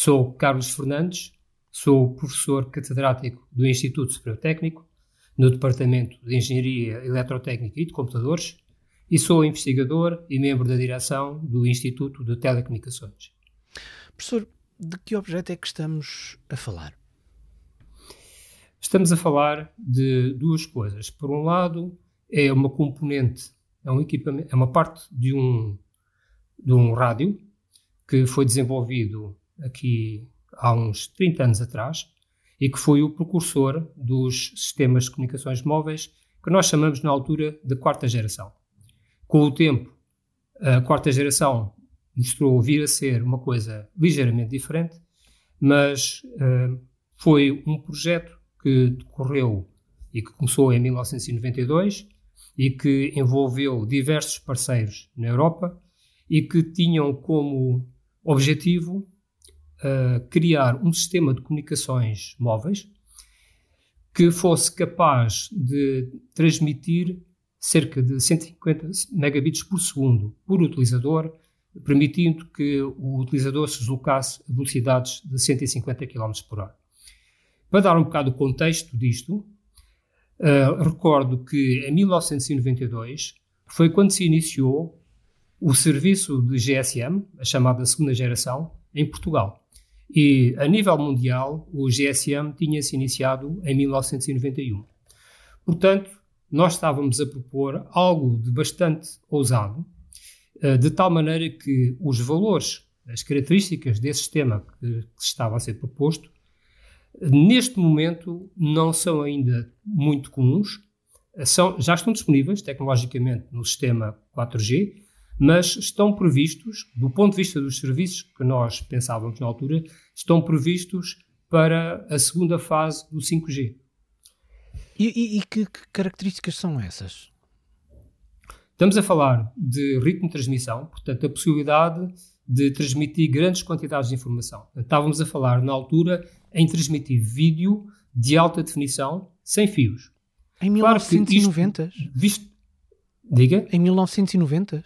Sou Carlos Fernandes, sou professor catedrático do Instituto Superior Técnico, no Departamento de Engenharia Eletrotécnica e de Computadores, e sou investigador e membro da direção do Instituto de Telecomunicações. Professor, de que objeto é que estamos a falar? Estamos a falar de duas coisas. Por um lado, é uma componente, é um equipamento, é uma parte de um rádio que foi desenvolvido aqui há uns 30 anos atrás e que foi o precursor dos sistemas de comunicações móveis que nós chamamos na altura de quarta geração. Com o tempo, a quarta geração mostrou vir a ser uma coisa ligeiramente diferente, mas foi um projeto que decorreu e que começou em 1992 e que envolveu diversos parceiros na Europa e que tinham como objetivo criar um sistema de comunicações móveis que fosse capaz de transmitir cerca de 150 megabits por segundo por utilizador, permitindo que o utilizador se deslocasse a velocidades de 150 km por hora. Para dar um bocado o contexto disto, recordo que em 1992 foi quando se iniciou o serviço de GSM, a chamada segunda geração, em Portugal. E a nível mundial, o GSM tinha-se iniciado em 1991. Portanto, nós estávamos a propor algo de bastante ousado, de tal maneira que os valores, as características desse sistema que estava a ser proposto, neste momento não são ainda muito comuns, já estão disponíveis tecnologicamente no sistema 4G, mas estão previstos, do ponto de vista dos serviços que nós pensávamos na altura, estão previstos para a segunda fase do 5G. E que características são essas? Estamos a falar de ritmo de transmissão, portanto, a possibilidade de transmitir grandes quantidades de informação. Estávamos a falar, na altura, em transmitir vídeo de alta definição sem fios. Em 1990? Diga? Em 1990?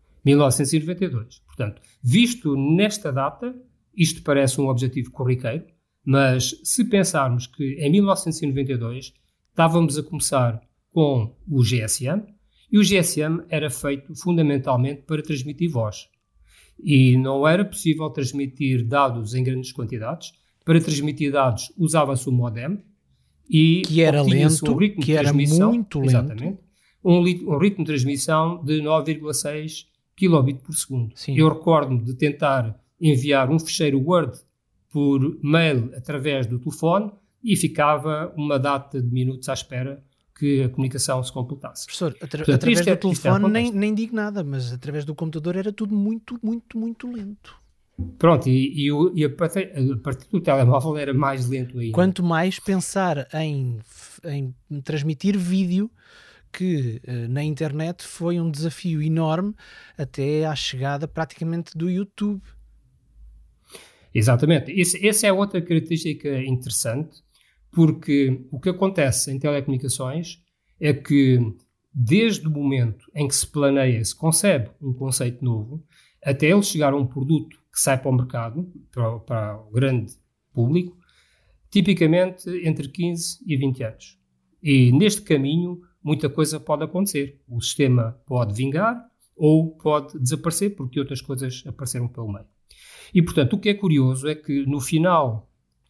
1992. Portanto, visto nesta data, isto parece um objetivo corriqueiro, mas se pensarmos que em 1992 estávamos a começar com o GSM, e o GSM era feito fundamentalmente para transmitir voz. E não era possível transmitir dados em grandes quantidades. Para transmitir dados usava-se o modem e que era lento, que era muito lento. Exatamente. Um ritmo de transmissão de 9,6 kilobit por segundo. Sim. Eu recordo-me de tentar enviar um ficheiro Word por mail através do telefone e ficava uma data de minutos à espera que a comunicação se completasse. Professor, através do telefone nem digo nada, mas através do computador era tudo muito, muito, muito lento. Pronto, e a partir do telemóvel era mais lento ainda. Quanto mais pensar em transmitir vídeo, que na internet foi um desafio enorme até à chegada praticamente do YouTube. Exatamente. Essa é outra característica interessante, porque o que acontece em telecomunicações é que desde o momento em que se planeia, se concebe um conceito novo, até ele chegar a um produto que sai para o mercado, para o grande público, tipicamente entre 15 e 20 anos. E neste caminho muita coisa pode acontecer. O sistema pode vingar ou pode desaparecer porque outras coisas apareceram pelo meio. E, portanto, o que é curioso é que no final,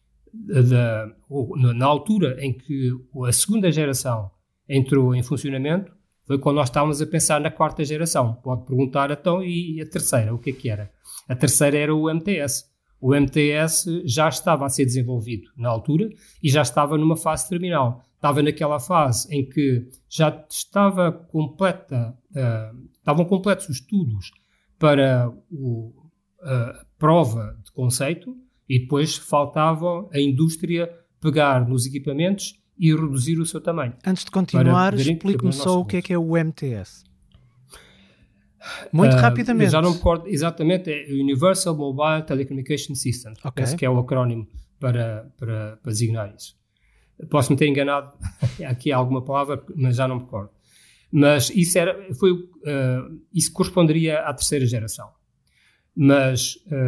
na altura em que a segunda geração entrou em funcionamento, foi quando nós estávamos a pensar na quarta geração. Pode perguntar, então, e a terceira, o que é que era? A terceira era o MTS. O MTS já estava a ser desenvolvido na altura e já estava numa fase terminal. Estava naquela fase em que já estavam completos os estudos para a prova de conceito e depois faltava a indústria pegar nos equipamentos e reduzir o seu tamanho. Antes de continuar, explique-me só o que é o MTS. Muito rapidamente. Eu já não me recordo exatamente, é Universal Mobile Telecommunication System. Okay. Penso que é o acrónimo para designar isso. Posso-me ter enganado aqui alguma palavra, mas já não me recordo. Mas isso corresponderia à terceira geração. Mas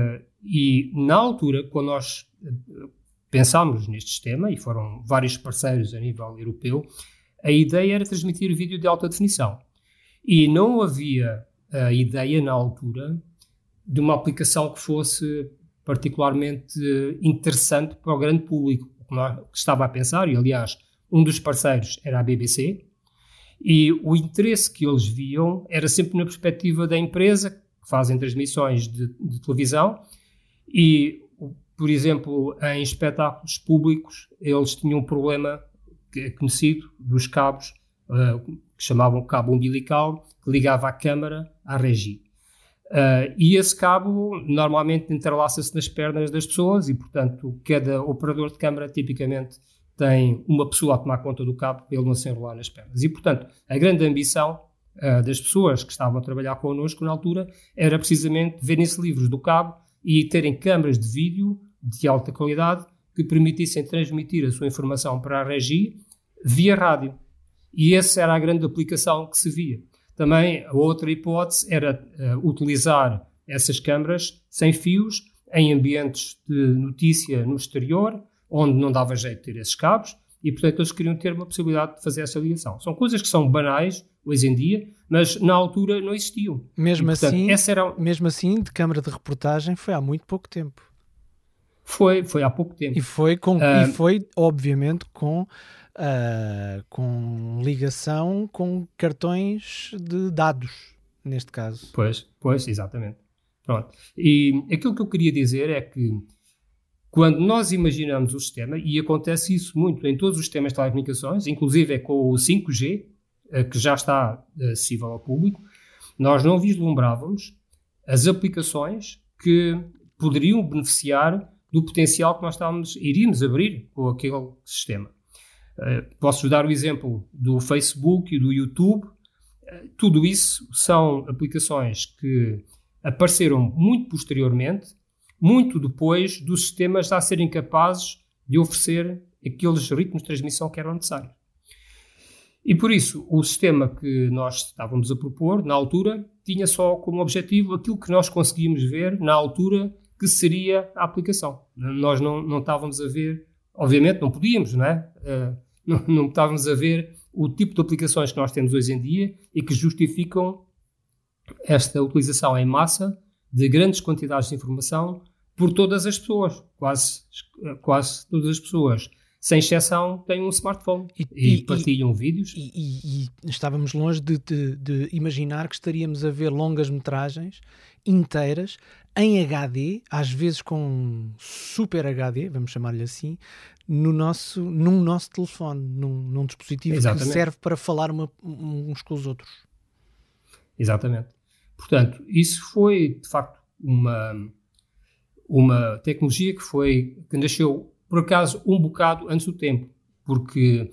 E na altura, quando nós pensámos neste sistema, e foram vários parceiros a nível europeu, a ideia era transmitir vídeo de alta definição. E não havia a ideia, na altura, de uma aplicação que fosse particularmente interessante para o grande público. O que estava a pensar, e aliás, um dos parceiros era a BBC, e o interesse que eles viam era sempre na perspectiva da empresa, que fazem transmissões de televisão, e, por exemplo, em espetáculos públicos, eles tinham um problema conhecido dos cabos, que chamavam cabo umbilical, que ligava a câmara à regi. E esse cabo normalmente entrelaça-se nas pernas das pessoas e, portanto, cada operador de câmara tipicamente tem uma pessoa a tomar conta do cabo para ele não se enrolar nas pernas. E, portanto, a grande ambição das pessoas que estavam a trabalhar connosco na altura era precisamente verem-se livres do cabo e terem câmaras de vídeo de alta qualidade que permitissem transmitir a sua informação para a regi via rádio. E essa era a grande aplicação que se via. Também a outra hipótese era utilizar essas câmaras sem fios em ambientes de notícia no exterior, onde não dava jeito de ter esses cabos, e portanto eles queriam ter uma possibilidade de fazer essa ligação. São coisas que são banais hoje em dia, mas na altura não existiam. Mesmo, e, portanto, mesmo assim, de câmara de reportagem foi há muito pouco tempo. Foi há pouco tempo. E foi obviamente, com ligação com cartões de dados, neste caso. Pois, exatamente. Pronto. E aquilo que eu queria dizer é que quando nós imaginamos o sistema, e acontece isso muito em todos os sistemas de telecomunicações, inclusive com o 5G, que já está acessível ao público, nós não vislumbrávamos as aplicações que poderiam beneficiar do potencial que nós iríamos abrir com aquele sistema. Posso dar o exemplo do Facebook e do YouTube. Tudo isso são aplicações que apareceram muito posteriormente, muito depois dos sistemas já serem capazes de oferecer aqueles ritmos de transmissão que eram necessários. E por isso, o sistema que nós estávamos a propor, na altura, tinha só como objetivo aquilo que nós conseguíamos ver na altura que seria a aplicação. Nós não estávamos a ver, obviamente não podíamos, não é? Não estávamos a ver o tipo de aplicações que nós temos hoje em dia e que justificam esta utilização em massa de grandes quantidades de informação por todas as pessoas. Quase todas as pessoas, sem exceção, têm um smartphone e partilham vídeos. E estávamos longe de imaginar que estaríamos a ver longas-metragens inteiras em HD, às vezes com Super HD, vamos chamar-lhe assim, num nosso telefone, num dispositivo Exatamente. Que serve para falar uns com os outros. Exatamente. Portanto, isso foi, de facto, uma tecnologia que nasceu, por acaso, um bocado antes do tempo, porque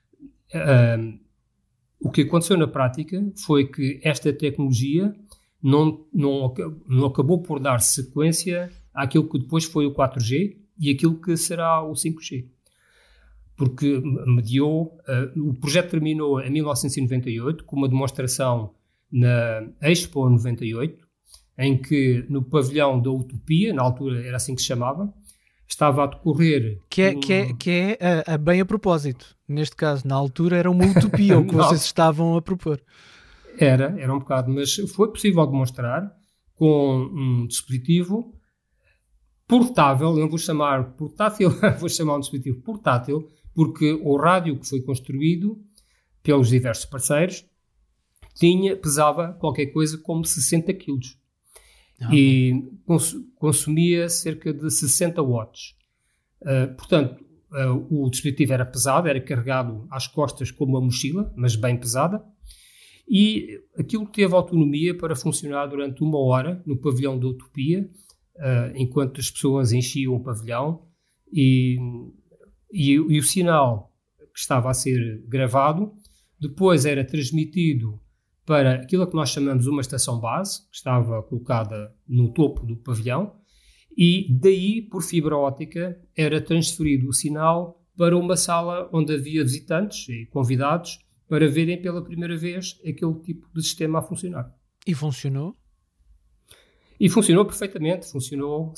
o que aconteceu na prática foi que esta tecnologia não acabou por dar sequência àquilo que depois foi o 4G e aquilo que será o 5G. Porque o projeto terminou em 1998 com uma demonstração na Expo 98, em que no pavilhão da Utopia, na altura era assim que se chamava, estava a decorrer... Que é bem a propósito. Neste caso, na altura era uma utopia o que vocês estavam a propor. Era um bocado, mas foi possível demonstrar com um dispositivo portável, não vou chamar portátil, vou chamar um dispositivo portátil, porque o rádio que foi construído pelos diversos parceiros pesava qualquer coisa como 60 quilos. E consumia cerca de 60 watts. Portanto, o dispositivo era pesado, era carregado às costas como uma mochila, mas bem pesada, e aquilo teve autonomia para funcionar durante 1 hora no pavilhão da Utopia, enquanto as pessoas enchiam o pavilhão, e o sinal que estava a ser gravado depois era transmitido para aquilo que nós chamamos uma estação base, que estava colocada no topo do pavilhão, e daí, por fibra óptica, era transferido o sinal para uma sala onde havia visitantes e convidados para verem pela primeira vez aquele tipo de sistema a funcionar. E funcionou? E funcionou perfeitamente, funcionou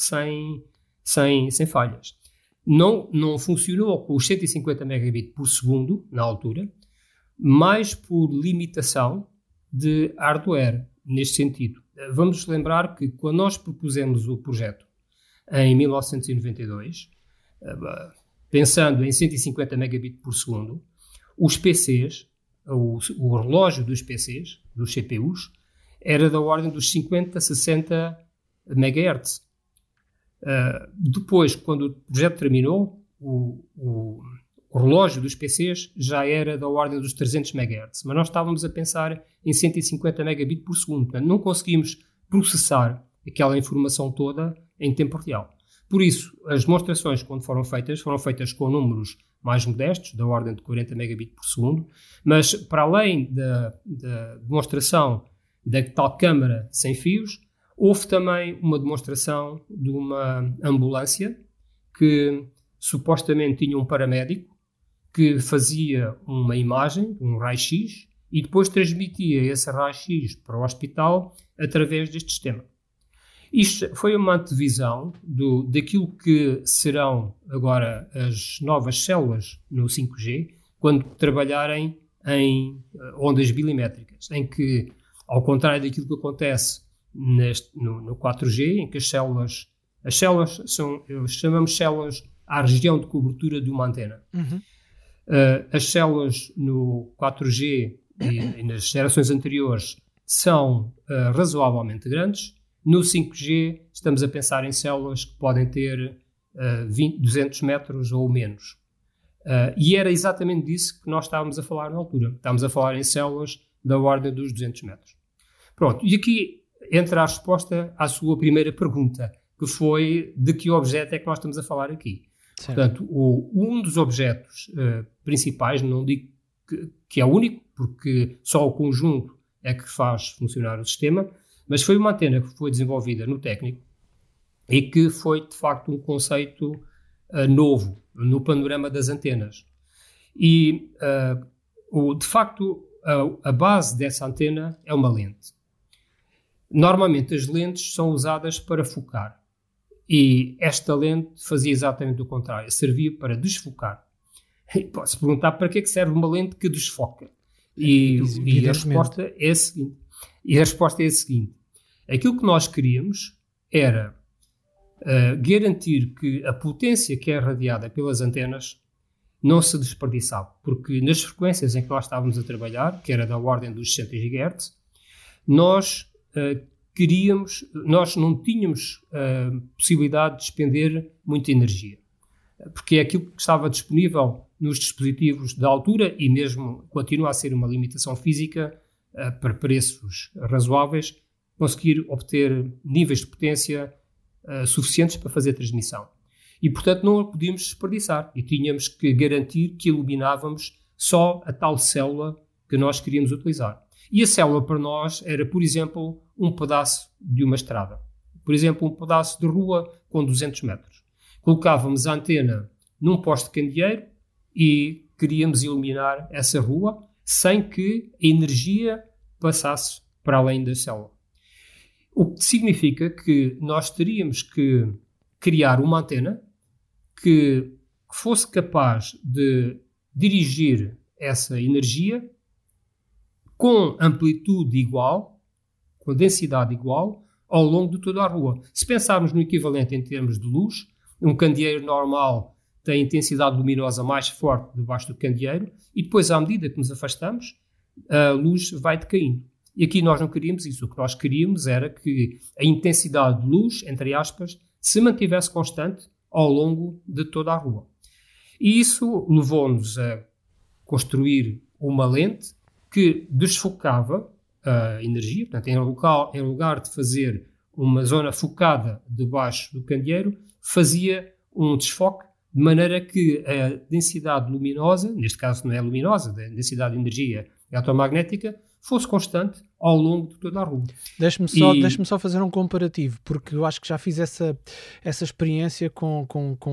sem falhas. Não funcionou com os 150 megabits por segundo, na altura, mas por limitação de hardware, neste sentido. Vamos lembrar que quando nós propusemos o projeto em 1992, pensando em 150 megabits por segundo, os PCs, o relógio dos PCs, dos CPUs, era da ordem dos 50, 60 MHz. Depois, quando o projeto terminou, o relógio dos PCs já era da ordem dos 300 MHz, mas nós estávamos a pensar em 150 megabits por segundo. Portanto, não conseguimos processar aquela informação toda em tempo real. Por isso, as demonstrações, quando foram feitas com números mais modestos, da ordem de 40 megabits por segundo, mas para além da demonstração da tal câmara sem fios, houve também uma demonstração de uma ambulância que supostamente tinha um paramédico que fazia uma imagem, um raio-x, e depois transmitia esse raio-x para o hospital através deste sistema. Isto foi uma antevisão daquilo que serão agora as novas células no 5G, quando trabalharem em ondas milimétricas, em que, ao contrário daquilo que acontece no 4G, em que as células são, chamamos células à região de cobertura de uma antena. Uhum. As células no 4G e nas gerações anteriores são razoavelmente grandes. No 5G estamos a pensar em células que podem ter 200 metros ou menos. E era exatamente disso que nós estávamos a falar na altura. Estávamos a falar em células da ordem dos 200 metros. Pronto, e aqui entra a resposta à sua primeira pergunta, que foi de que objeto é que nós estamos a falar aqui. Certo. Portanto, um dos objetos principais, não digo que é único, porque só o conjunto é que faz funcionar o sistema, mas foi uma antena que foi desenvolvida no técnico e que foi, de facto, um conceito novo no panorama das antenas. E, de facto, a base dessa antena é uma lente. Normalmente, as lentes são usadas para focar. E esta lente fazia exatamente o contrário, servia para desfocar. E pode-se perguntar para que é que serve uma lente que desfoca. E a resposta é a seguinte. Aquilo que nós queríamos era garantir que a potência que é radiada pelas antenas não se desperdiçava, porque nas frequências em que nós estávamos a trabalhar, que era da ordem dos 60 GHz, nós não tínhamos possibilidade de despender muita energia, porque é aquilo que estava disponível nos dispositivos da altura e mesmo continua a ser uma limitação física para preços razoáveis, conseguir obter níveis de potência suficientes para fazer transmissão. E, portanto, não a podíamos desperdiçar e tínhamos que garantir que iluminávamos só a tal célula que nós queríamos utilizar. E a célula para nós era, por exemplo, um pedaço de uma estrada. Por exemplo, um pedaço de rua com 200 metros. Colocávamos a antena num poste de candeeiro e queríamos iluminar essa rua sem que a energia passasse para além da célula. O que significa que nós teríamos que criar uma antena que fosse capaz de dirigir essa energia com amplitude igual, com densidade igual, ao longo de toda a rua. Se pensarmos no equivalente em termos de luz, um candeeiro normal tem intensidade luminosa mais forte debaixo do candeeiro e depois, à medida que nos afastamos, a luz vai decaindo. E aqui nós não queríamos isso. O que nós queríamos era que a intensidade de luz, entre aspas, se mantivesse constante ao longo de toda a rua. E isso levou-nos a construir uma lente que desfocava a energia. Portanto, em lugar de fazer uma zona focada debaixo do candeeiro, fazia um desfoque de maneira que a densidade luminosa, neste caso não é luminosa, a densidade de energia eletromagnética, fosse constante ao longo de toda a rua. Deixe-me só fazer um comparativo, porque eu acho que já fiz essa experiência com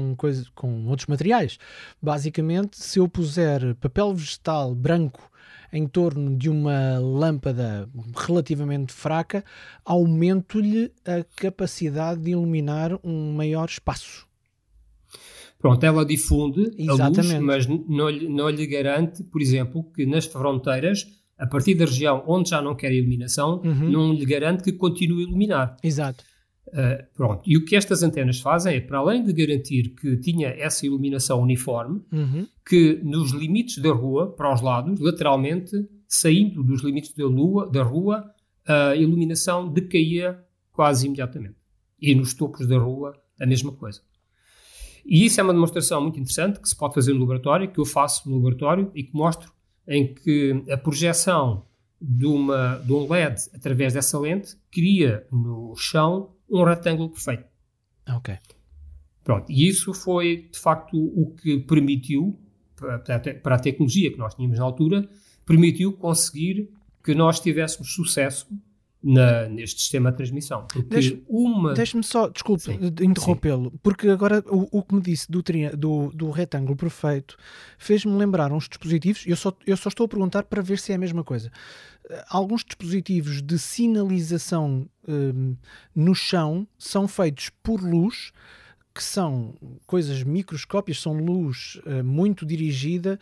outros materiais. Basicamente, se eu puser papel vegetal branco em torno de uma lâmpada relativamente fraca, aumento-lhe a capacidade de iluminar um maior espaço. Pronto, ela difunde Exatamente. a luz, mas não lhe garante, por exemplo, que nas fronteiras, a partir da região onde já não quer iluminação, não lhe garante que continue a iluminar. Exato. Pronto. E o que estas antenas fazem é, para além de garantir que tinha essa iluminação uniforme, que nos limites da rua, para os lados, lateralmente, saindo dos limites da rua, a iluminação decaía quase imediatamente. E nos topos da rua, a mesma coisa. E isso é uma demonstração muito interessante que se pode fazer no laboratório, que eu faço no laboratório e que mostro em que a projeção de um LED através dessa lente cria no chão um retângulo perfeito. Ok. Pronto, e isso foi, de facto, o que permitiu, para a tecnologia que nós tínhamos na altura, permitiu conseguir que nós tivéssemos sucesso neste sistema de transmissão. Deixe-me só, desculpe interrompê-lo, porque agora o que me disse do retângulo perfeito fez-me lembrar uns dispositivos, eu só estou a perguntar para ver se é a mesma coisa. Alguns dispositivos de sinalização no chão são feitos por luz, que são coisas microscópicas, são luz muito dirigida,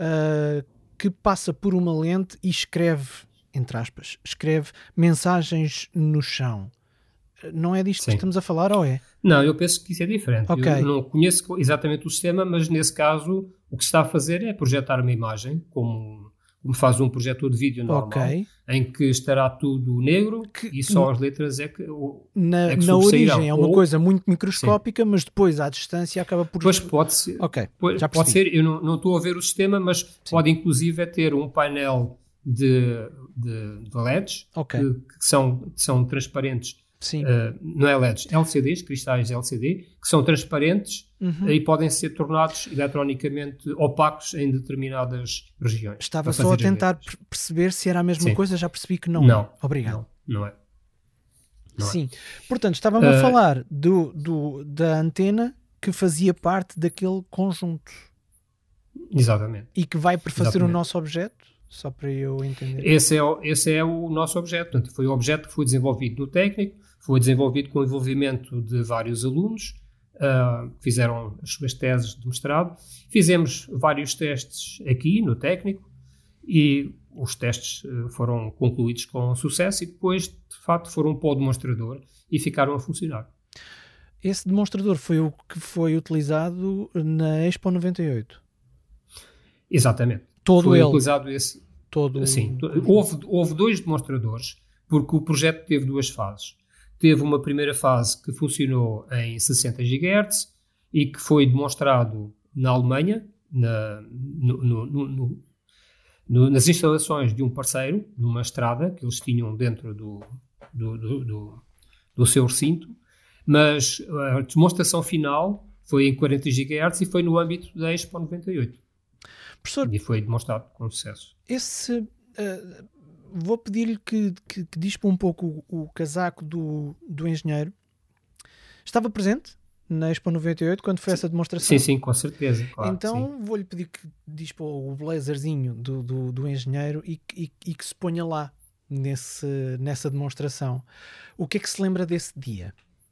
que passa por uma lente e escreve, entre aspas, escreve mensagens no chão. Não é disto que estamos a falar, ou é? Não, eu penso que isso é diferente. Okay. Eu não conheço exatamente o sistema, mas nesse caso o que se está a fazer é projetar uma imagem, como faz um projetor de vídeo normal, em que estará tudo negro e só as letras é que na origem é uma coisa muito microscópica, mas depois à distância acaba por... Pois pode ser. Ok, já pode ser, eu não estou a ver o sistema, mas pode inclusive ter um painel de LEDs que são transparentes. Não é LEDs, LCDs, cristais LCD, que são transparentes e podem ser tornados eletronicamente opacos em determinadas regiões. Estava só a tentar perceber se era a mesma coisa, já percebi que não. Não. Obrigado. Não é. Sim. Portanto, estávamos a falar da antena que fazia parte daquele conjunto. Exatamente. E que vai prefazer o nosso objeto? Só para eu entender. Esse é o nosso objeto. Portanto, foi o objeto que foi desenvolvido no técnico, foi desenvolvido com o envolvimento de vários alunos que fizeram as suas teses de mestrado. Fizemos vários testes aqui no técnico e os testes foram concluídos com sucesso e depois, de facto, foram para o demonstrador e ficaram a funcionar. Esse demonstrador foi o que foi utilizado na Expo 98? Exatamente. Todo foi ele? Utilizado esse. Sim. Houve dois demonstradores, porque o projeto teve duas fases. Teve uma primeira fase que funcionou em 60 GHz e que foi demonstrado na Alemanha, nas instalações de um parceiro, numa estrada que eles tinham dentro do seu recinto, mas a demonstração final foi em 40 GHz e foi no âmbito da Expo 98. Professor, e foi demonstrado com sucesso. Vou pedir-lhe que dispa um pouco o casaco do engenheiro. Estava presente na Expo 98 quando foi essa demonstração? Sim, com certeza. Claro, então vou-lhe pedir que dispa o blazerzinho do engenheiro e que se ponha lá nessa demonstração. O que é que se lembra desse dia?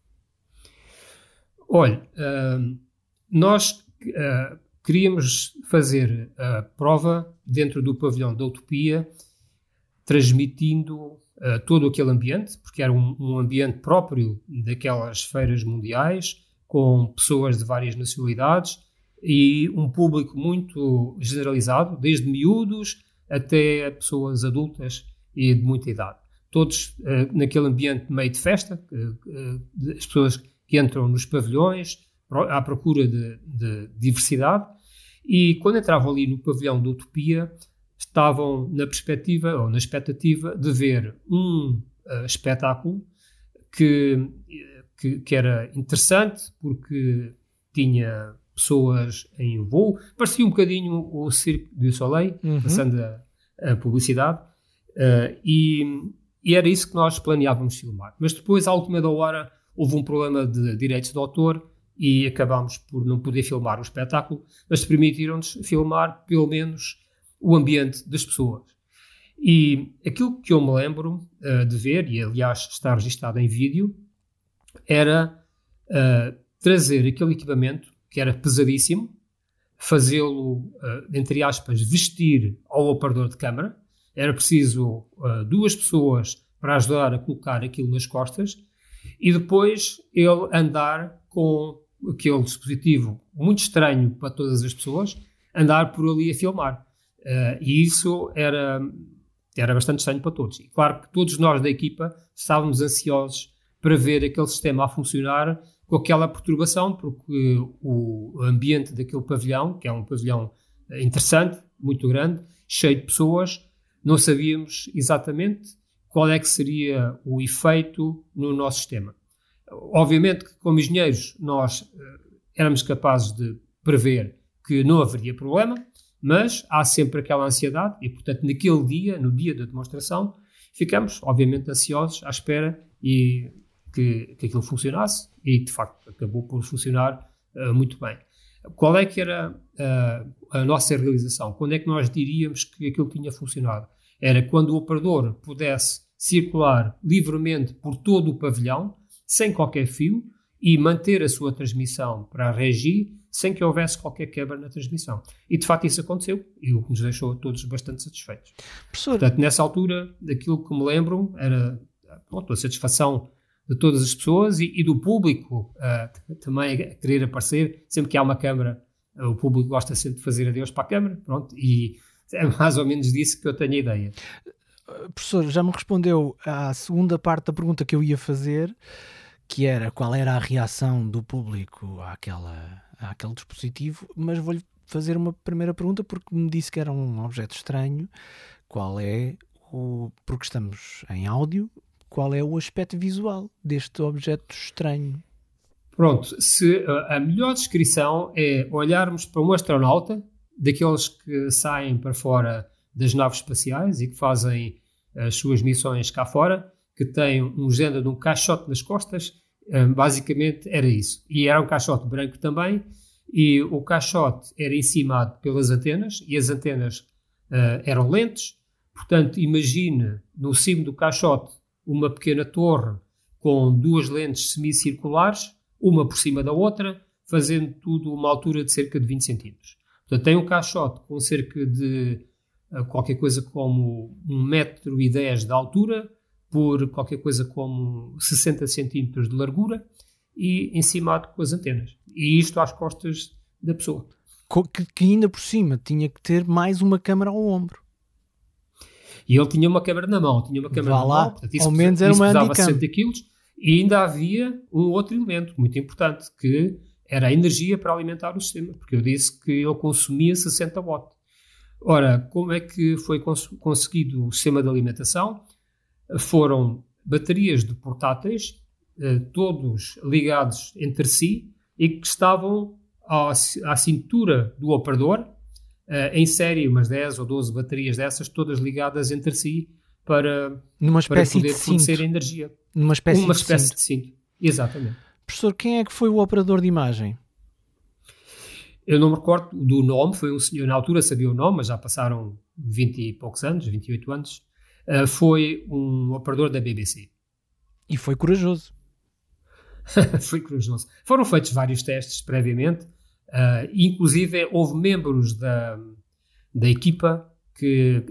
Olha, nós queríamos fazer a prova dentro do pavilhão da Utopia, transmitindo todo aquele ambiente, porque era um ambiente próprio daquelas feiras mundiais, com pessoas de várias nacionalidades e um público muito generalizado, desde miúdos até pessoas adultas e de muita idade. Todos naquele ambiente meio de festa, as pessoas que entram nos pavilhões à procura de diversidade, e quando entravam ali no pavilhão da Utopia, estavam na perspectiva ou na expectativa de ver um espetáculo que era interessante porque tinha pessoas em voo, parecia um bocadinho o Cirque du Soleil, passando a publicidade, e era isso que nós planeávamos filmar. Mas depois, à última da hora, houve um problema de direitos de autor e acabámos por não poder filmar o espetáculo, mas permitiram-nos filmar pelo menos o ambiente das pessoas. E aquilo que eu me lembro de ver, e aliás está registado em vídeo, era trazer aquele equipamento, que era pesadíssimo, fazê-lo, entre aspas, vestir ao operador de câmara. Era preciso 2 pessoas para ajudar a colocar aquilo nas costas e depois ele andar com aquele dispositivo muito estranho para todas as pessoas, andar por ali a filmar. E isso era bastante estranho para todos. E claro que todos nós da equipa estávamos ansiosos para ver aquele sistema a funcionar com aquela perturbação, porque o ambiente daquele pavilhão, que é um pavilhão interessante, muito grande, cheio de pessoas, não sabíamos exatamente qual é que seria o efeito no nosso sistema. Obviamente que, como engenheiros, nós éramos capazes de prever que não haveria problema, mas há sempre aquela ansiedade e, portanto, naquele dia, no dia da demonstração, ficamos, obviamente, ansiosos à espera e que aquilo funcionasse e, de facto, acabou por funcionar muito bem. Qual é que era a nossa realização? Quando é que nós diríamos que aquilo tinha funcionado? Era quando o operador pudesse circular livremente por todo o pavilhão, sem qualquer fio, e manter a sua transmissão para a regi, sem que houvesse qualquer quebra na transmissão. E, de facto, isso aconteceu, e o que nos deixou a todos bastante satisfeitos. Professor... Portanto, nessa altura, daquilo que me lembro, era a satisfação de todas as pessoas e do público também a querer aparecer. Sempre que há uma câmara, o público gosta sempre de fazer adeus para a câmara, pronto, e é mais ou menos disso que eu tenho a ideia. Professor, já me respondeu à segunda parte da pergunta que eu ia fazer, que era qual era a reação do público àquele dispositivo, mas vou-lhe fazer uma primeira pergunta porque me disse que era um objeto estranho. Porque estamos em áudio, qual é o aspecto visual deste objeto estranho? Pronto, a melhor descrição é olharmos para um astronauta, daqueles que saem para fora das naves espaciais e que fazem as suas missões cá fora, que tem um género de um caixote nas costas, basicamente era isso. E era um caixote branco também, e o caixote era encimado pelas antenas, e as antenas eram lentes. Portanto, imagine no cimo do caixote uma pequena torre com 2 lentes semicirculares, uma por cima da outra, fazendo tudo uma altura de cerca de 20 centímetros. Portanto, tem um caixote com cerca de qualquer coisa como 1,10 m de altura, por qualquer coisa como 60 centímetros de largura e encimado com as antenas. E isto às costas da pessoa. Que ainda por cima tinha que ter mais uma câmara ao ombro. E ele tinha uma câmara na mão. Portanto, isso, ao menos era uma pesava handicam. 60 kg. E ainda havia um outro elemento muito importante, que era a energia para alimentar o sistema. Porque eu disse que ele consumia 60 watts. Ora, como é que foi conseguido o sistema de alimentação? Foram baterias de portáteis, todos ligados entre si, e que estavam à cintura do operador, em série, umas 10 ou 12 baterias dessas, todas ligadas entre si, para poder fornecer energia. Uma espécie de cinto. Exatamente. Professor, quem é que foi o operador de imagem? Eu não me recordo do nome, foi um senhor, na altura sabia o nome, mas já passaram 20 e poucos anos, 28 anos. Foi um operador da BBC. E foi corajoso. Foi corajoso. Foram feitos vários testes previamente, inclusive houve membros da equipa que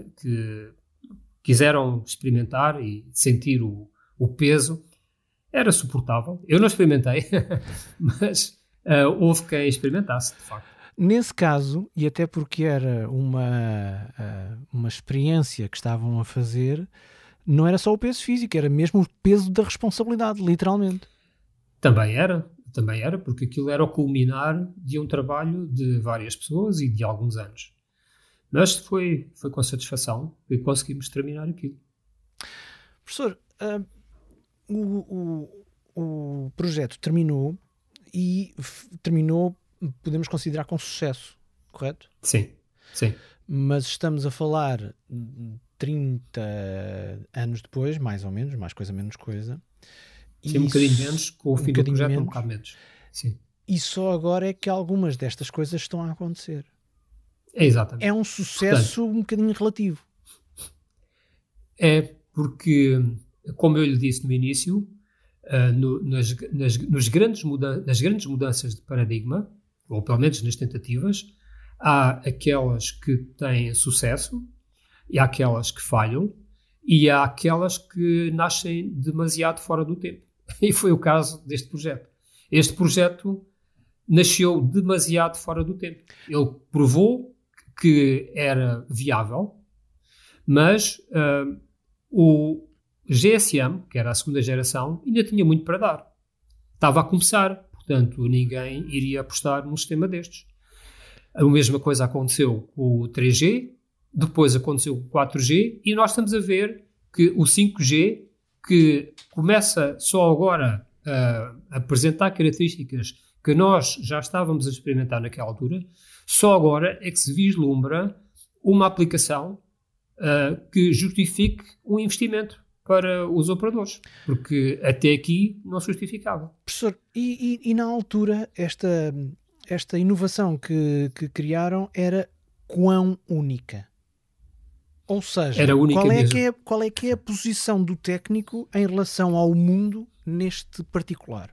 quiseram experimentar e sentir o peso. Era suportável. Eu não experimentei, mas houve quem experimentasse, de facto. Nesse caso, e até porque era uma experiência que estavam a fazer, não era só o peso físico, era mesmo o peso da responsabilidade, literalmente. Também era, porque aquilo era o culminar de um trabalho de várias pessoas e de alguns anos. Mas foi com satisfação que conseguimos terminar aquilo. Professor, o projeto terminou e terminou, podemos considerar com sucesso, correto? Sim. Mas estamos a falar 30 anos depois, mais ou menos, mais coisa, menos coisa. Sim, um bocadinho menos, com o fim do projeto um bocado menos. Sim. E só agora é que algumas destas coisas estão a acontecer. Exatamente. É um sucesso um bocadinho relativo. É porque, como eu lhe disse no início, nas grandes mudanças de paradigma, ou pelo menos nas tentativas, há aquelas que têm sucesso e há aquelas que falham e há aquelas que nascem demasiado fora do tempo. E foi o caso deste projeto. Este projeto nasceu demasiado fora do tempo. Ele provou que era viável, mas o GSM, que era a segunda geração, ainda tinha muito para dar. Estava a começar, portanto, ninguém iria apostar num sistema destes. A mesma coisa aconteceu com o 3G, depois aconteceu com o 4G, e nós estamos a ver que o 5G, que começa só agora a apresentar características que nós já estávamos a experimentar naquela altura, só agora é que se vislumbra uma aplicação que justifique um investimento para os operadores, porque até aqui não se justificava. Professor, e na altura esta inovação que criaram era quão única? Ou seja, era única qual é que é a posição do técnico em relação ao mundo neste particular?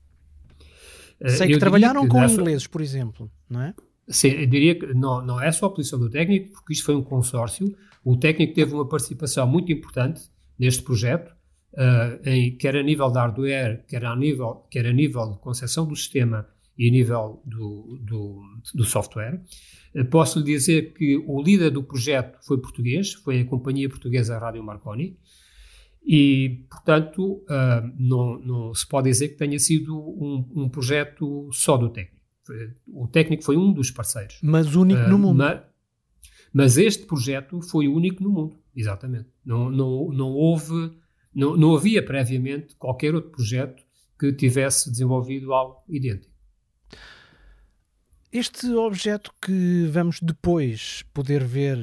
Sei que trabalharam com ingleses, por exemplo, não é? Sim, eu diria que não é só a posição do técnico, porque isto foi um consórcio. O técnico teve uma participação muito importante neste projeto, quer a nível de hardware, quer a nível de concepção do sistema e a nível do software. Posso lhe dizer que o líder do projeto foi português, foi a companhia portuguesa Rádio Marconi, e, portanto, não se pode dizer que tenha sido um projeto só do técnico. O técnico foi um dos parceiros. Mas único no mundo. Mas este projeto foi o único no mundo, exatamente. Não havia previamente qualquer outro projeto que tivesse desenvolvido algo idêntico. Este objeto que vamos depois poder ver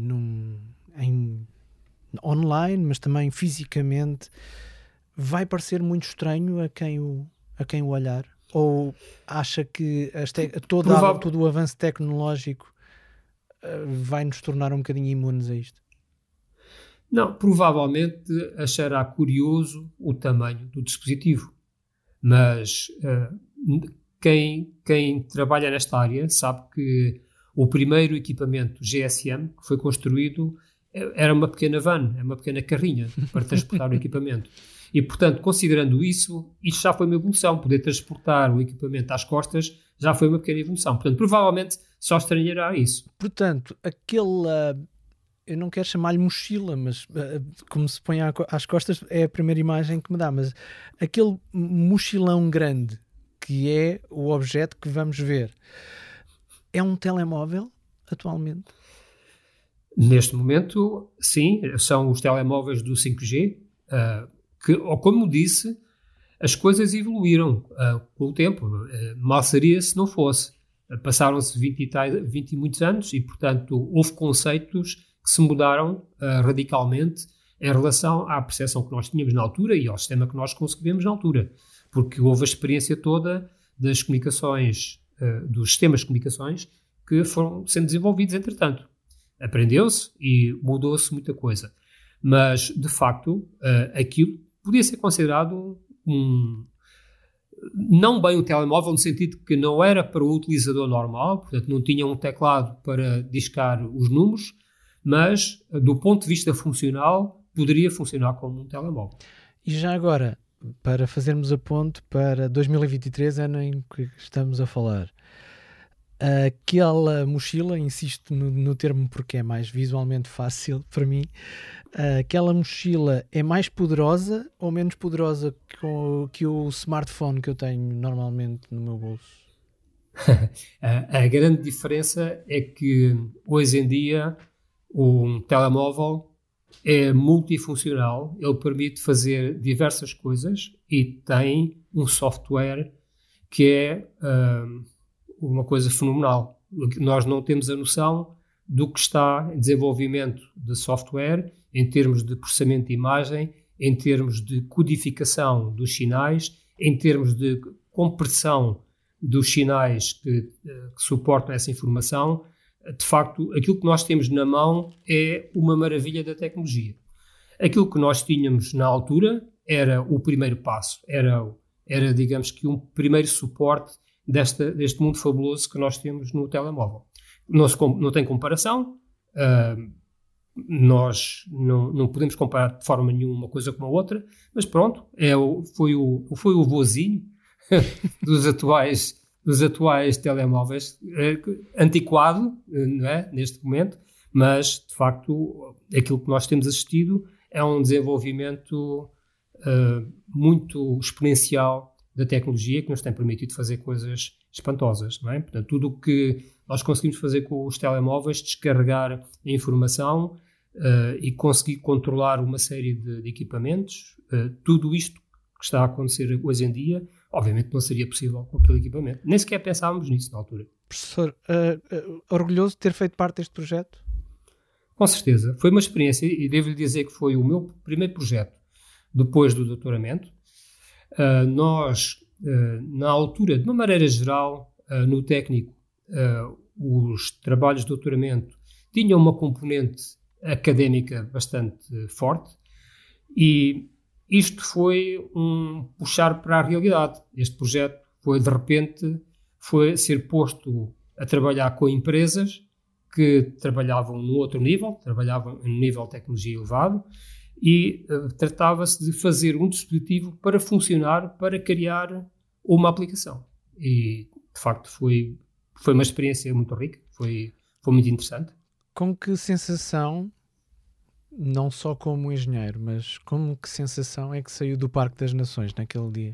online, mas também fisicamente, vai parecer muito estranho a quem o olhar? Ou acha que todo o avanço tecnológico vai nos tornar um bocadinho imunes a isto? Não, provavelmente achará curioso o tamanho do dispositivo, mas quem trabalha nesta área sabe que o primeiro equipamento GSM que foi construído era uma pequena van, uma pequena carrinha para transportar o equipamento. E, portanto, considerando isso já foi uma evolução. Poder transportar o equipamento às costas já foi uma pequena evolução. Portanto, provavelmente só estranhará isso. Portanto, eu não quero chamar-lhe mochila, mas como se põe às costas é a primeira imagem que me dá, mas aquele mochilão grande que é o objeto que vamos ver, é um telemóvel atualmente? Neste momento, sim, são os telemóveis do 5G, que, como disse, as coisas evoluíram com o tempo. Mal seria se não fosse. Passaram-se 20 e muitos anos e, portanto, houve conceitos que se mudaram radicalmente em relação à percepção que nós tínhamos na altura e ao sistema que nós concebemos na altura. Porque houve a experiência toda das comunicações, dos sistemas de comunicações que foram sendo desenvolvidos entretanto. Aprendeu-se e mudou-se muita coisa. Mas, de facto, aquilo podia ser considerado não bem um telemóvel, no sentido que não era para o utilizador normal, portanto não tinha um teclado para discar os números, mas, do ponto de vista funcional, poderia funcionar como um telemóvel. E já agora, para fazermos a ponte para 2023, ano em que estamos a falar, aquela mochila, insisto no termo porque é mais visualmente fácil para mim, aquela mochila é mais poderosa ou menos poderosa que o smartphone que eu tenho normalmente no meu bolso? A grande diferença é que hoje em dia um telemóvel é multifuncional, ele permite fazer diversas coisas e tem um software que é uma coisa fenomenal. Nós não temos a noção do que está em desenvolvimento de software em termos de processamento de imagem, em termos de codificação dos sinais, em termos de compressão dos sinais que suportam essa informação. De facto, aquilo que nós temos na mão é uma maravilha da tecnologia. Aquilo que nós tínhamos na altura era o primeiro passo, era digamos que um primeiro suporte deste mundo fabuloso que nós temos no telemóvel. Não tem comparação, nós não podemos comparar de forma nenhuma uma coisa com a outra, mas pronto, foi o vozinho dos atuais telemóveis, antiquado, não é, neste momento, mas de facto aquilo que nós temos assistido é um desenvolvimento muito exponencial da tecnologia que nos tem permitido fazer coisas espantosas, não é? Portanto, tudo o que nós conseguimos fazer com os telemóveis, descarregar a informação e conseguir controlar uma série de equipamentos, tudo isto que está a acontecer hoje em dia, obviamente não seria possível com aquele equipamento. Nem sequer pensávamos nisso na altura. Professor, orgulhoso de ter feito parte deste projeto? Com certeza. Foi uma experiência e devo-lhe dizer que foi o meu primeiro projeto depois do doutoramento. Nós, na altura, de uma maneira geral, no técnico, os trabalhos de doutoramento tinham uma componente académica bastante forte e isto foi um puxar para a realidade. Este projeto foi, de repente, ser posto a trabalhar com empresas que trabalhavam num outro nível, trabalhavam em um nível de tecnologia elevado e tratava-se de fazer um dispositivo para funcionar, para criar uma aplicação. E, de facto, foi uma experiência muito rica, foi muito interessante. Com que sensação, não só como engenheiro, mas com que sensação é que saiu do Parque das Nações naquele dia?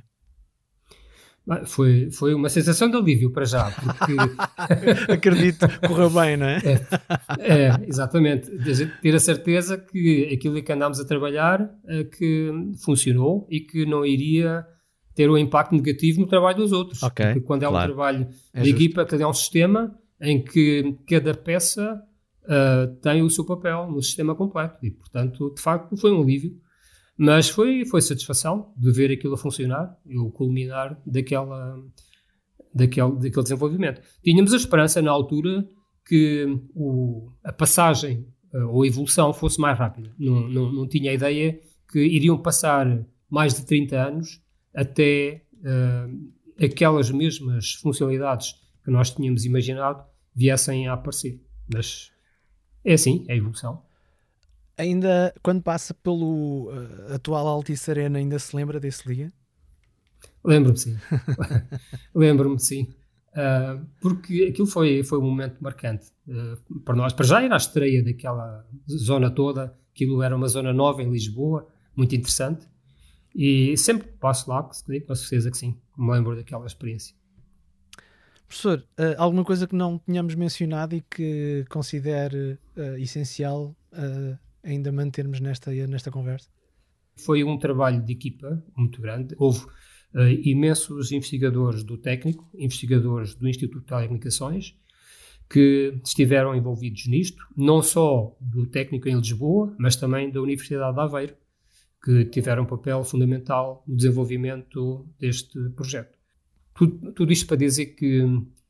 Foi uma sensação de alívio para já, porque... Acredito, correu bem, não é? Exatamente. Ter a certeza que aquilo que andámos a trabalhar que funcionou e que não iria ter um impacto negativo no trabalho dos outros. Okay, porque quando é claro. Um trabalho de equipa, cada é um sistema em que cada peça tem o seu papel no sistema completo. E, portanto, de facto, foi um alívio. Mas foi satisfação de ver aquilo a funcionar e o culminar daquele desenvolvimento. Tínhamos a esperança, na altura, que a passagem ou a evolução fosse mais rápida. Não tinha a ideia que iriam passar mais de 30 anos até aquelas mesmas funcionalidades que nós tínhamos imaginado viessem a aparecer. Mas é assim, é a evolução. Ainda, quando passa pelo atual Altice Arena, ainda se lembra desse dia? Lembro-me, sim. Lembro-me, sim. Porque aquilo foi um momento marcante para nós. Para já era a estreia daquela zona toda. Aquilo era uma zona nova em Lisboa, muito interessante. E sempre que passo lá, com certeza que sim, me lembro daquela experiência. Professor, alguma coisa que não tínhamos mencionado e que considere essencial ainda mantermos nesta conversa? Foi um trabalho de equipa muito grande. Houve imensos investigadores do técnico, investigadores do Instituto de Telecomunicações, que estiveram envolvidos nisto, não só do técnico em Lisboa, mas também da Universidade de Aveiro, que tiveram um papel fundamental no desenvolvimento deste projeto. Tudo isto para dizer que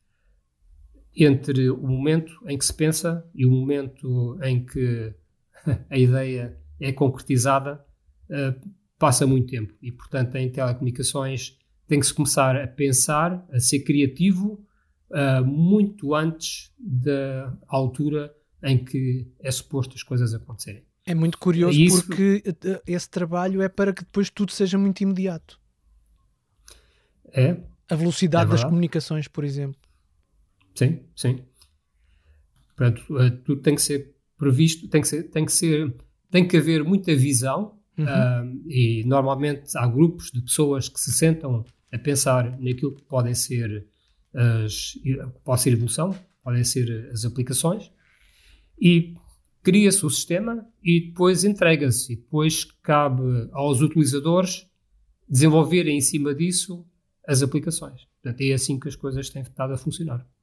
entre o momento em que se pensa e o momento em que a ideia é concretizada, passa muito tempo. E, portanto, em telecomunicações tem que se começar a pensar, a ser criativo, muito antes da altura em que é suposto as coisas acontecerem. É muito curioso porque esse trabalho é para que depois tudo seja muito imediato. A velocidade das comunicações, por exemplo. Sim, sim. Portanto, tudo tem que ser previsto, tem que haver muita visão. E normalmente há grupos de pessoas que se sentam a pensar naquilo que podem ser pode ser a evolução, podem ser as aplicações, e cria-se o sistema e depois entrega-se, e depois cabe aos utilizadores desenvolverem em cima disso as aplicações. Portanto, é assim que as coisas têm estado a funcionar.